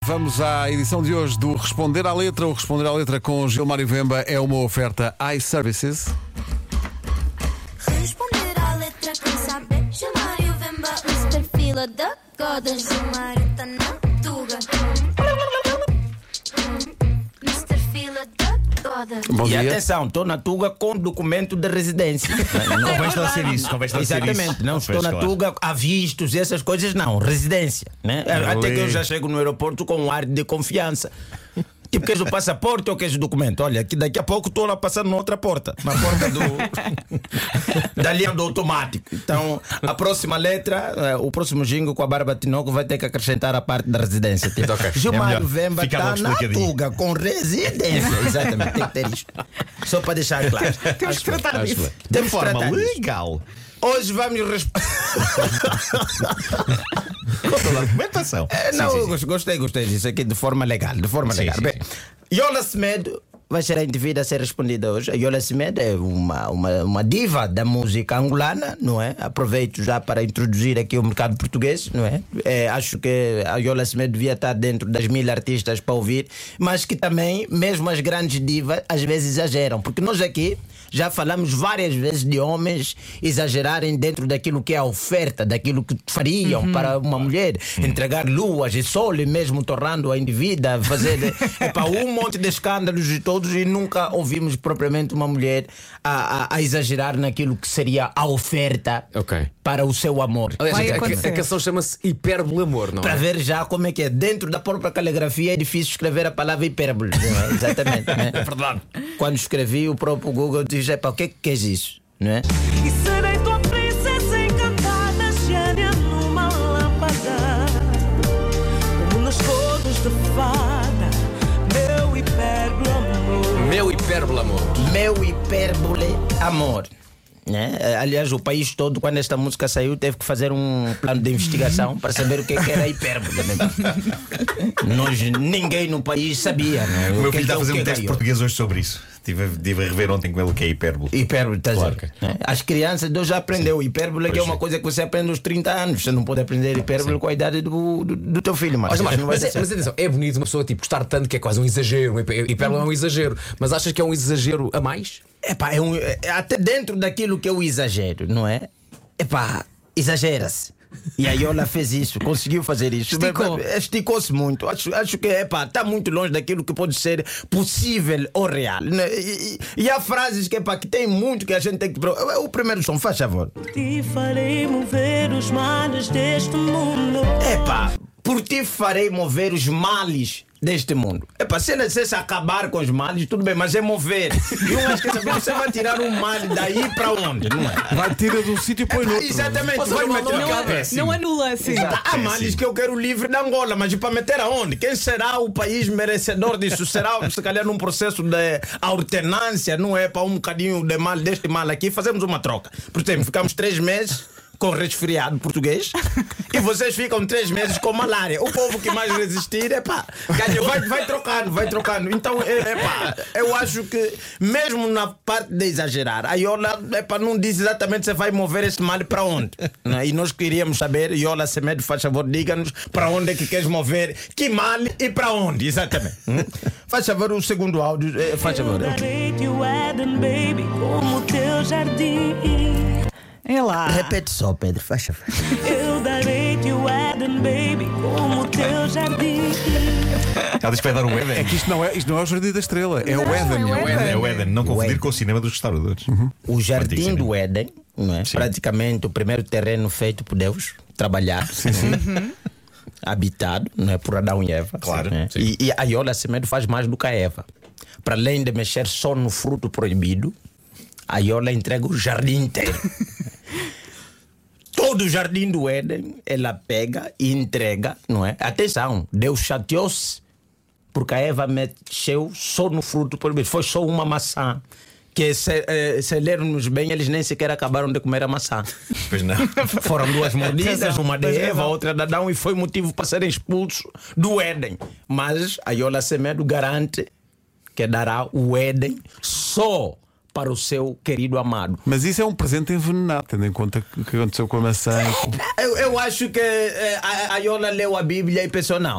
Vamos à edição de hoje do Responder à Letra. O Responder à Letra com Gilmário Vemba é uma oferta iServices. Responder à letra quem sabe. Gilmário Vemba, Mr. Fila da Goda. Gilmário tá na tuga. Mr. Fila da Goda. Bom E dia. atenção, estou na Tuga com documento de residência. Não vai esclarecer isso. Exatamente, não estou na Tuga a vistos e essas coisas, não. Residência. Né? Até que eu já chego no aeroporto com um ar de confiança. Tipo, queres o passaporte ou queres o documento? Olha, que daqui a pouco estou lá passando na outra porta. Na porta da linha do automático. Então, a próxima letra, o próximo jingle com a Barba Tinoco vai ter que acrescentar a parte da residência. Tipo, Gilmário Vemba está na Tuga com residência. Exatamente, tem que ter isto. Só para deixar claro. Temos que tratar disso. De forma legal. Hoje vamos responder. Com toda a documentação. Não, Sim, eu gostei disso aqui de forma legal. De forma legal. sim, Bem, Yola Semedo vai ser a indivídua a ser respondida hoje. A Yola Semedo é uma diva da música angolana, não é? Aproveito já para introduzir aqui o mercado português, não é? Acho que a Yola Semedo devia estar dentro das 1000 artistas para ouvir, mas que também, mesmo as grandes divas, às vezes exageram, porque nós aqui já falamos várias vezes de homens exagerarem dentro daquilo que é a oferta, daquilo que fariam para uma mulher, entregar luas e sol e mesmo torrando a indivídua, fazer um monte de escândalos e todos, e nunca ouvimos propriamente uma mulher a exagerar naquilo que seria a oferta para o seu amor. Vai Aliás, acontecer. a canção chama-se Hipérbole Amor, não Para é? ver já como é que é. Dentro da própria caligrafia é difícil escrever a palavra hipérbole. Não é? Exatamente. Né? É verdade. Quando escrevi, o próprio Google diz: o que é que queres isso? Não é? E serei tua princesa encantada, gênia numa lâmpada, como nos contos de fada, meu hipérbole amor. Meu Hipérbole Amor. Meu hipérbole amor. Né? Aliás, o país todo, quando esta música saiu, teve que fazer um plano de investigação para saber o que era hipérbole. Ninguém no país sabia. Né? O meu filho está a o fazer que um teste é de português hoje sobre isso. Estive a rever ontem com ele o que é hipérbole. hipérbole, tá Claro. né? As crianças já aprendeu. Hipérbole que é uma coisa que você aprende aos 30 anos. Você não pode aprender hipérbole com a idade do teu filho. Mas atenção, é bonito uma pessoa tipo gostar tanto que é quase um exagero. Hipérbole é um exagero. Mas achas que é um exagero a mais? Até dentro daquilo que é o exagero, não é? Exagera-se. E a Yola fez isso, conseguiu fazer isso. Esticou-se muito. Acho que está muito longe daquilo que pode ser possível ou real. E há frases que tem muito que a gente tem que. O primeiro som, faz favor. Te farei mover os males deste mundo. Por ti farei mover os males deste mundo. Se acabar com os males, tudo bem, mas é mover. E eu acho que você vai tirar um mal daí para onde, não é? Vai tirar de um sítio e põe no outro. Exatamente, vai meter Não anula assim. Há males que eu quero livre da Angola, mas para meter aonde? Quem será o país merecedor disso? Será, se calhar, num processo de alternância, não é? Para um bocadinho de mal deste mal aqui, fazemos uma troca. Por exemplo, ficamos 3 meses com resfriado português e vocês ficam 3 meses com malária. O povo que mais resistir, vai trocando. Então, eu acho que mesmo na parte de exagerar, a Yola não diz exatamente se vai mover esse mal para onde. Né? E nós queríamos saber, Yola Semedo, faz favor, diga-nos para onde é que queres mover, que mal e para onde, exatamente. Faz favor, o segundo áudio, faz favor. Eu darei-te o Éden, baby, como o teu jardim. É lá. Repete só, Pedro, faz favor. Eu darei-te o Éden, baby, como o teu jardim. Ela diz que vai dar o Éden. É que isto não é o Jardim da Estrela, é o Éden. É o Éden, não confundir com o cinema dos restauradores. O Jardim Antigo do Éden, não é? Praticamente o primeiro terreno feito por Deus, trabalhar, habitado, não é? Por Adão e Eva. Claro. Né? E a Yola Semedo faz mais do que a Eva. Para além de mexer só no fruto proibido, a Yola entrega o jardim inteiro. Todo o jardim do Éden ela pega e entrega, não é? Atenção, Deus chateou-se porque a Eva mexeu só no fruto proibido. Foi só uma maçã. Que se lermos bem, eles nem sequer acabaram de comer a maçã. Pois não. Foram 2 mordidas, uma de Eva, outra de Adão, e foi motivo para serem expulsos do Éden. Mas a Yola Semedo garante que dará o Éden só para o seu querido amado. Mas isso é um presente envenenado, tendo em conta o que aconteceu com a maçã. Eu acho que a Yola leu a Bíblia e pensou: não,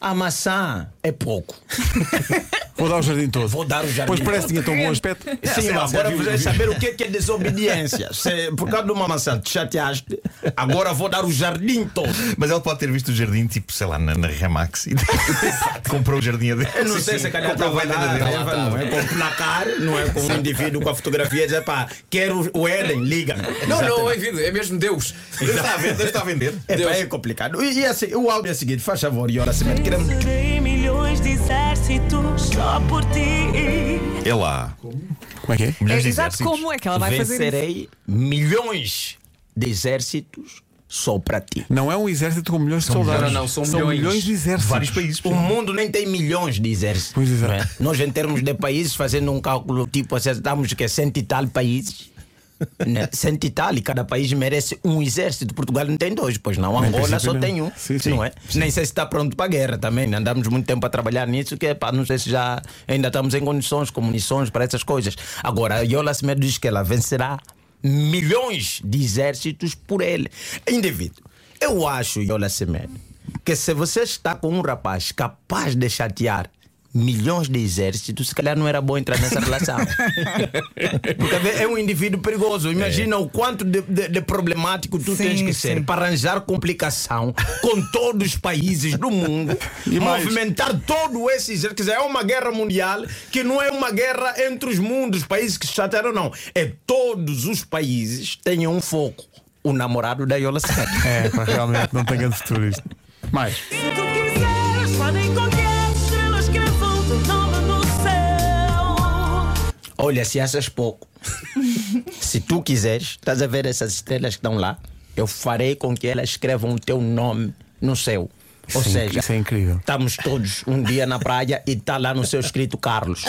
A maçã é pouco. Vou dar o jardim todo. Vou dar o jardim Pois parece que todo. tinha tão bom aspecto. Sim, agora vou saber o que é desobediência. Se por causa de uma maçã te chateaste, agora vou dar o jardim todo. Mas ele pode ter visto o jardim, tipo, sei lá, na Remax e comprou o jardim a dele. Eu não sei se calhar comprou a estava venda lá, dele. não é? Com o placar, não é? Com um indivíduo com a fotografia e dizer, pá, quero o Éden, liga. Não, é vida, é mesmo Deus. Deus está a vender. É complicado. E assim, o áudio é o seguinte, faz favor, e ora se queremos. Vencerei milhões de exércitos só por ti. É lá. Como é que é? Milhões de Exato, exércitos. como é que ela vai fazer isso? Vencerei milhões de exércitos só para ti. Não é um exército com milhões de soldados. Não, são milhões. de exércitos. Vários países. O mundo nem tem milhões de exércitos. Pois, exato. não é? Nós, em termos de países, fazendo um cálculo tipo, estamos que 100 e tal países. Né? 100 e tal, e cada país merece um exército. Portugal não tem dois, pois não. Angola princípio, só não. tem um. Sim, sim. Não é? Nem sei se está pronto para a guerra também. Né? Andamos muito tempo a trabalhar nisso, que pá, não sei se já ainda estamos em condições, com munições para essas coisas. Agora, a Yola Semedo diz que ela vencerá milhões de exércitos por ele. Indivíduo. Eu acho, Yola Semedo, que se você está com um rapaz capaz de chatear milhões de exércitos, se calhar não era bom entrar nessa relação. Porque é um indivíduo perigoso. Imagina o quanto de problemático tu tens que ser para arranjar complicação com todos os países do mundo e movimentar todo esse exército. Quer dizer, é uma guerra mundial que não é uma guerra entre os mundos, os países que se chatearam, não. É todos os países têm um foco. O namorado da Yola Semedo. É, pá, realmente não tem grande futuro isto. Mais. Se tu quiseres, podem qualquer estrela escrevam teu nome no céu. Olha, se achas pouco, se tu quiseres, estás a ver essas estrelas que estão lá? Eu farei com que elas escrevam o teu nome no céu. Ou seja, isso é incrível. estamos todos um dia na praia e está lá no céu escrito Carlos.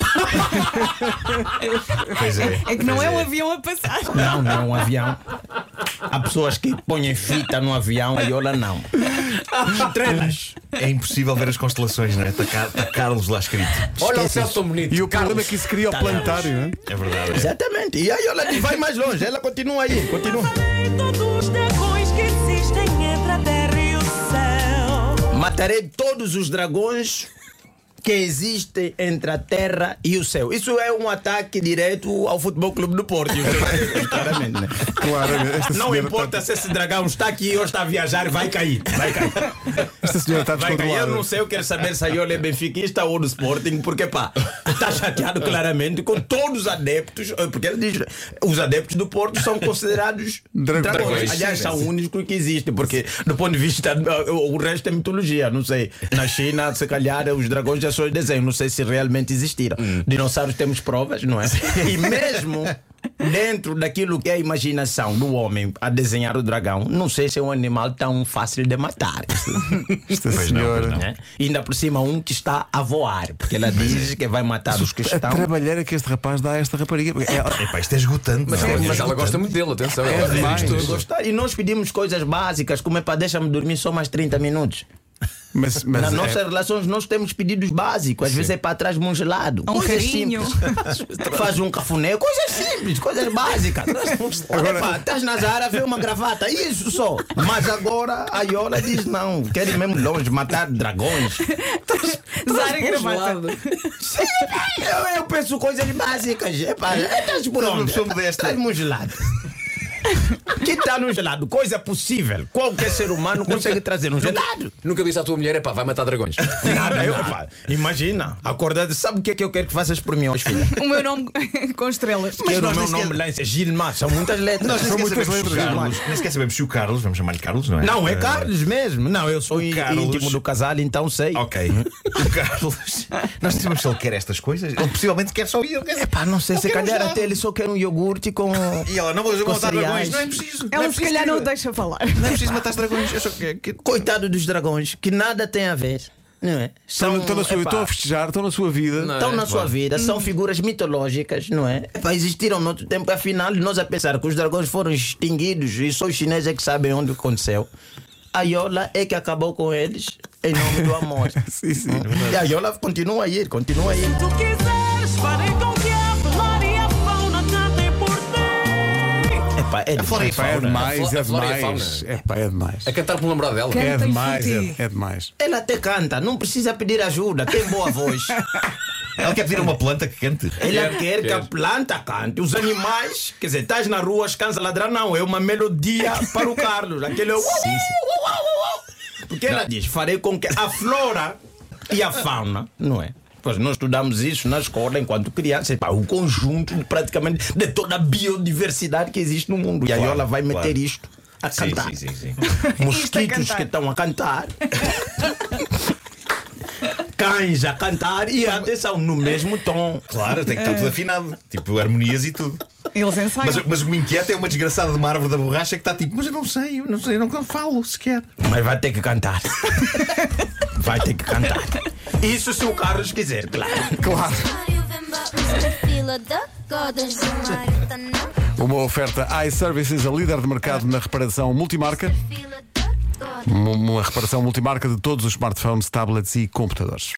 Pois é. É que não é um avião a passar. Não é um avião. Há pessoas que põem fita no avião, a Yola não. Estrelas. É impossível ver as constelações, não é? Está Carlos lá escrito. Olha o céu tão bonito. E o problema é que isso cria o planetário, não é? É verdade. É. Exatamente. E a Yola diz, vai mais longe. Ela continua aí. Continua. Farei todos os dragões que existem entre a terra e o céu. Matarei todos os dragões que existem entre a terra e o céu. Isso é um ataque direto ao Futebol Clube do Porto. Claramente, né? Claramente. Esta Não senhora importa se esse dragão está aqui ou está a viajar, vai cair. Vai cair. Esta senhora está Vai cair. Eu descontrolada. não sei, eu quero saber se a Yola é benfiquista ou do Sporting, porque pá, está chateado claramente com todos os adeptos, porque ele diz os adeptos do Porto são considerados dragões. Aliás, são os únicos que existem, porque do ponto de vista, o resto é mitologia, não sei. Na China, se calhar, os dragões já são desenhos, não sei se realmente existiram. Dinossauros temos provas, não é? E mesmo dentro daquilo que é a imaginação do homem a desenhar o dragão, não sei se é um animal tão fácil de matar. Esta Pois não, senhora. pois não. Né? E ainda por cima um que está a voar, porque ela diz que vai matar os que A estão. trabalheira que este rapaz dá a esta rapariga. Porque Epá, isto é esgotante. Mas, não é? mas ela gosta muito dele, atenção. Ela diz demais. tudo. Gostar. E nós pedimos coisas básicas, como é para deixa-me dormir só mais 30 minutos. Mas Nas é- nossas relações nós temos pedidos básicos, às vezes é para trás de um gelado. Um Coisas carinho. simples. Faz um cafuné, coisas simples, coisas básicas. Agora, pá, estás na Zara, vê uma gravata, isso só. Mas agora a Yola diz não, quer ir mesmo longe, matar dragões. Zara e gravata. Sim, eu penso coisas básicas. Estás por onde? pessoa modesta. Estás num gelado. Que está num gelado? Coisa possível. Qualquer ser humano consegue trazer um gelado. Nunca disse à tua mulher, pá, vai matar dragões. Nada, pá, imagina, acordar, sabe o que é que eu quero que faças por mim hoje, filha? O meu nome com estrelas. Quero o nós meu nem nome lá, é Gilmar, são muitas letras. Nós nem São sequer muitas sabemos se o letras. Carlos. Nem sequer sabemos se o Carlos, vamos chamar-lhe Carlos, não é? Não, é Carlos mesmo. Não, eu sou Carlos. íntimo do casal, então sei. Ok. O Carlos. Nós sabemos se ele quer estas coisas. Ele possivelmente quer só ir. Epá, não sei, se quero calhar já. até ele só quer um iogurte com. E ela, não vou Com matar dragões. cereais. Não é preciso. Ela não é se preciso calhar não ter- deixa falar. Não é preciso matar os dragões. Eu só quero. Coitado dos dragões, que nada tem a ver. Não é? Estão na sua, epá, estão a festejar, estão na sua vida. Não. estão na sua Claro. vida, são figuras mitológicas, não é? Existiram no outro tempo, afinal, nós a pensar que os dragões foram extinguidos e só os chineses é que sabem onde aconteceu. A Yola é que acabou com eles em nome do amor. Sim, sim. E a Yola continua a ir, continua a ir. Se tu quiseres, farei com que a flora e a fauna cantem por ti. Epá, é flora e demais. É demais, A é flora e a demais. É demais. A cantar pelo namorado dela. É Canta demais, infantil. é demais. Ela até canta, não precisa pedir ajuda, tem boa voz. Ela quer pedir a uma planta que cante. Ela quer que a planta cante. Os animais, quer dizer, estás na rua, cansa ladrar, não. É uma melodia para o Carlos. Aquele é o. Porque ela diz: farei com que a flora e a fauna, não é? Pois nós estudamos isso na escola enquanto criança, o conjunto praticamente de toda a biodiversidade que existe no mundo. E a Claro, Iola vai meter claro. isto a cantar. Sim. Mosquitos que estão a cantar. Cães a cantar e atenção, no mesmo tom. Claro, tem que estar tudo afinado. Tipo, harmonias e tudo. Eles ensaiam. Mas o que me inquieta é uma desgraçada de uma árvore da borracha que está tipo, mas eu não sei, eu não falo sequer. Mas vai ter que cantar. Vai ter que cantar. Isso se o Carlos quiser, claro. Claro. Mário Vemba, Mr. Fila da Goda, Gilmário tá não. Uma oferta iServices, a líder de mercado na reparação multimarca. Fila da Goda. Uma reparação multimarca de todos os smartphones, tablets e computadores.